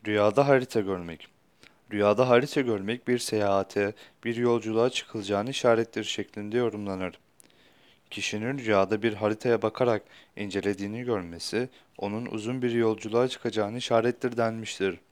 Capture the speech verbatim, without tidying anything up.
Rüyada harita görmek. Rüyada harita görmek bir seyahate, bir yolculuğa çıkılacağını işarettir şeklinde yorumlanır. Kişinin rüyada bir haritaya bakarak incelediğini görmesi, onun uzun bir yolculuğa çıkacağını işarettir denmiştir.